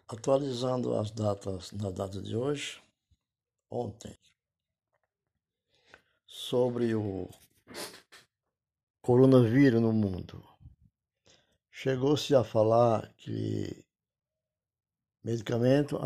Atualizando as datas na data de hoje, ontem, sobre o coronavírus no mundo. Chegou-se a falar que medicamento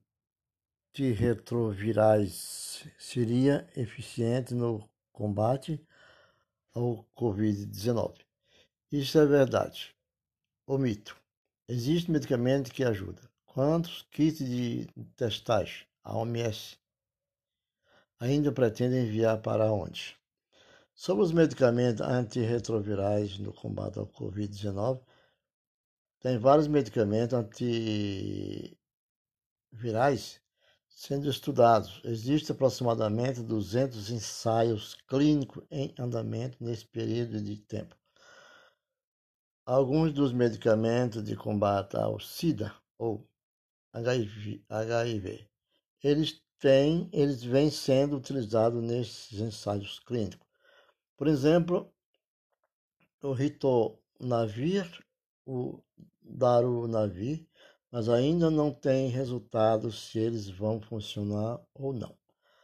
antirretrovirais seria eficiente no combate ao Covid-19. Isso é verdade ou mito? Existe medicamento que ajuda. Quantos kits de testagem a OMS ainda pretende enviar para onde? Sobre os medicamentos antirretrovirais no combate ao Covid-19, tem vários medicamentos antivirais sendo estudados. Existem aproximadamente 200 ensaios clínicos em andamento nesse período de tempo. Alguns dos medicamentos de combate ao SIDA ou HIV, eles vêm sendo utilizados nesses ensaios clínicos. Por exemplo, o ritonavir, o darunavir, mas ainda não tem resultados se eles vão funcionar ou não.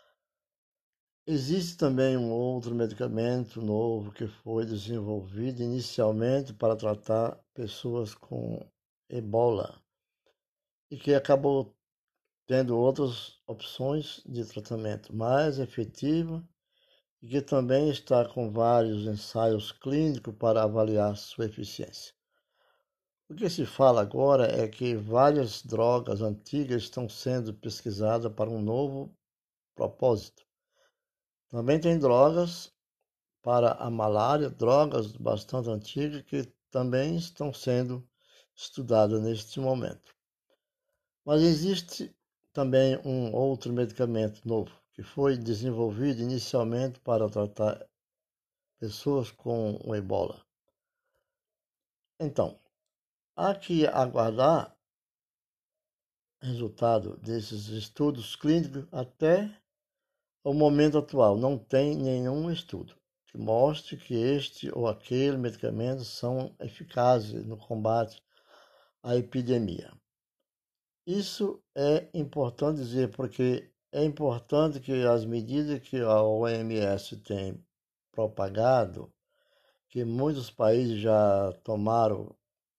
Existe também um outro medicamento novo que foi desenvolvido inicialmente para tratar pessoas com ebola e que acabou tendo outras opções de tratamento mais efetivas e que também está com vários ensaios clínicos para avaliar sua eficiência. O que se fala agora é que várias drogas antigas estão sendo pesquisadas para um novo propósito. Também tem drogas para a malária, drogas bastante antigas que também estão sendo estudadas neste momento. Mas existe também um outro medicamento novo que foi desenvolvido inicialmente para tratar pessoas com o ebola. Então, há que aguardar resultado desses estudos clínicos até o momento atual. Não tem nenhum estudo que mostre que este ou aquele medicamento são eficazes no combate à epidemia. Isso é importante dizer porque é importante que as medidas que a OMS tem propagado, que muitos países já tomaram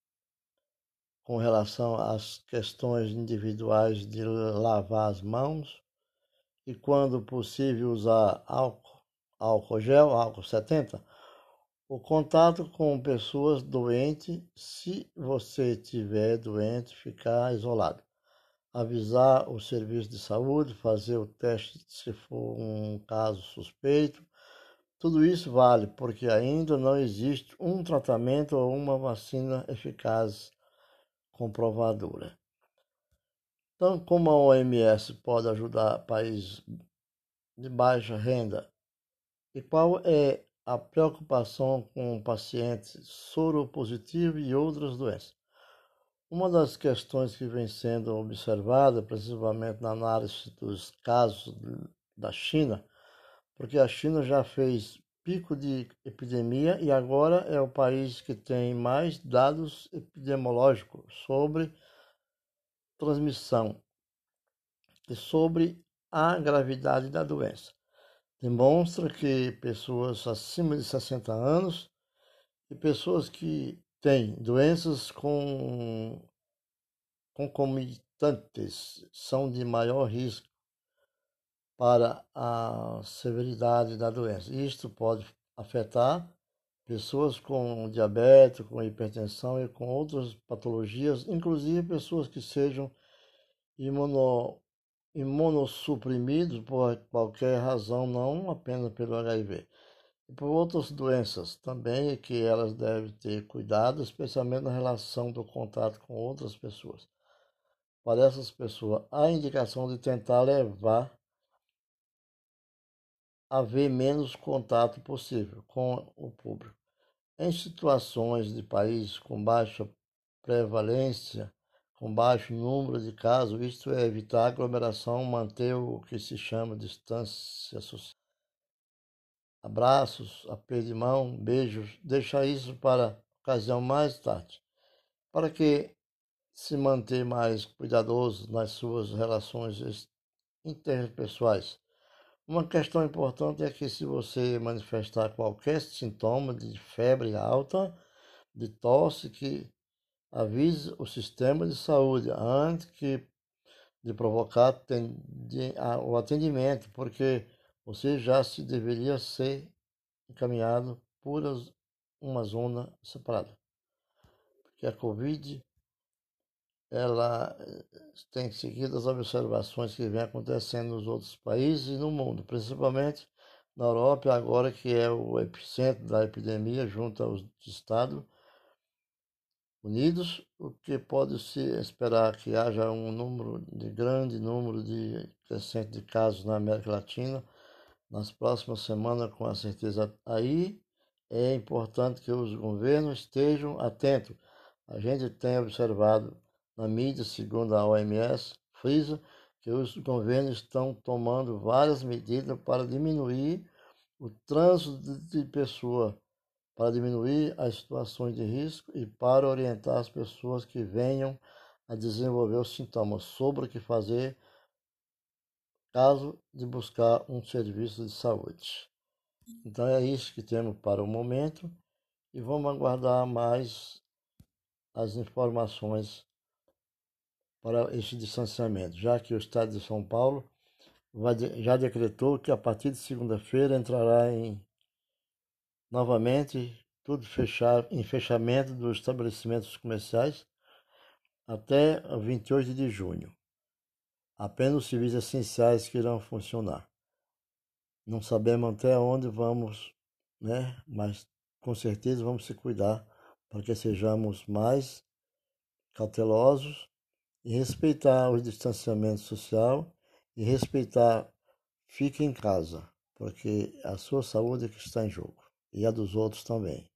com relação às questões individuais de lavar as mãos e, quando possível, usar álcool gel, álcool 70, o contato com pessoas doentes, se você estiver doente, ficar isolado. Avisar o serviço de saúde, fazer o teste se for um caso suspeito. Tudo isso vale porque ainda não existe um tratamento ou uma vacina eficaz comprovadora. Então, como a OMS pode ajudar países de baixa renda e qual é a preocupação com pacientes soropositivos e outras doenças? Uma das questões que vem sendo observada, principalmente na análise dos casos da China, porque a China já fez pico de epidemia e agora é o país que tem mais dados epidemiológicos sobre transmissão e sobre a gravidade da doença. Demonstra que pessoas acima de 60 anos e pessoas que têm doenças concomitantes são de maior risco para a severidade da doença. Isto pode afetar pessoas com diabetes, com hipertensão e com outras patologias, inclusive pessoas que sejam imunossuprimidos por qualquer razão, não apenas pelo HIV. E por outras doenças também é que elas devem ter cuidado, especialmente na relação do contato com outras pessoas. Para essas pessoas, há indicação de tentar levar haver menos contato possível com o público. Em situações de países com baixa prevalência, com baixo número de casos, isto é evitar aglomeração, manter o que se chama distância social. Abraços, aperto de mão, beijos, deixar isso para ocasião mais tarde, para que se manter mais cuidadoso nas suas relações interpessoais. Uma questão importante é que se você manifestar qualquer sintoma de febre alta, de tosse, que avise o sistema de saúde antes de provocar o atendimento, porque você já se deveria ser encaminhado por uma zona separada. Porque a Covid, ela tem seguido as observações que vem acontecendo nos outros países e no mundo, principalmente na Europa, agora que é o epicentro da epidemia, junto aos Estados Unidos, o que pode-se esperar que haja grande número de crescente de casos na América Latina nas próximas semanas, com a certeza. Aí é importante que os governos estejam atentos. A gente tem observado na mídia, segundo a OMS, frisa, que os governos estão tomando várias medidas para diminuir o trânsito de pessoas, para diminuir as situações de risco e para orientar as pessoas que venham a desenvolver os sintomas sobre o que fazer caso de buscar um serviço de saúde. Então é isso que temos para o momento e vamos aguardar mais as informações para este distanciamento, já que o Estado de São Paulo já decretou que a partir de segunda-feira entrará novamente tudo em fechamento dos estabelecimentos comerciais até 28 de junho. Apenas os serviços essenciais que irão funcionar. Não sabemos até onde vamos, né? Mas com certeza vamos se cuidar para que sejamos mais cautelosos e respeitar o distanciamento social e respeitar fique em casa, porque a sua saúde é que está em jogo e a dos outros também.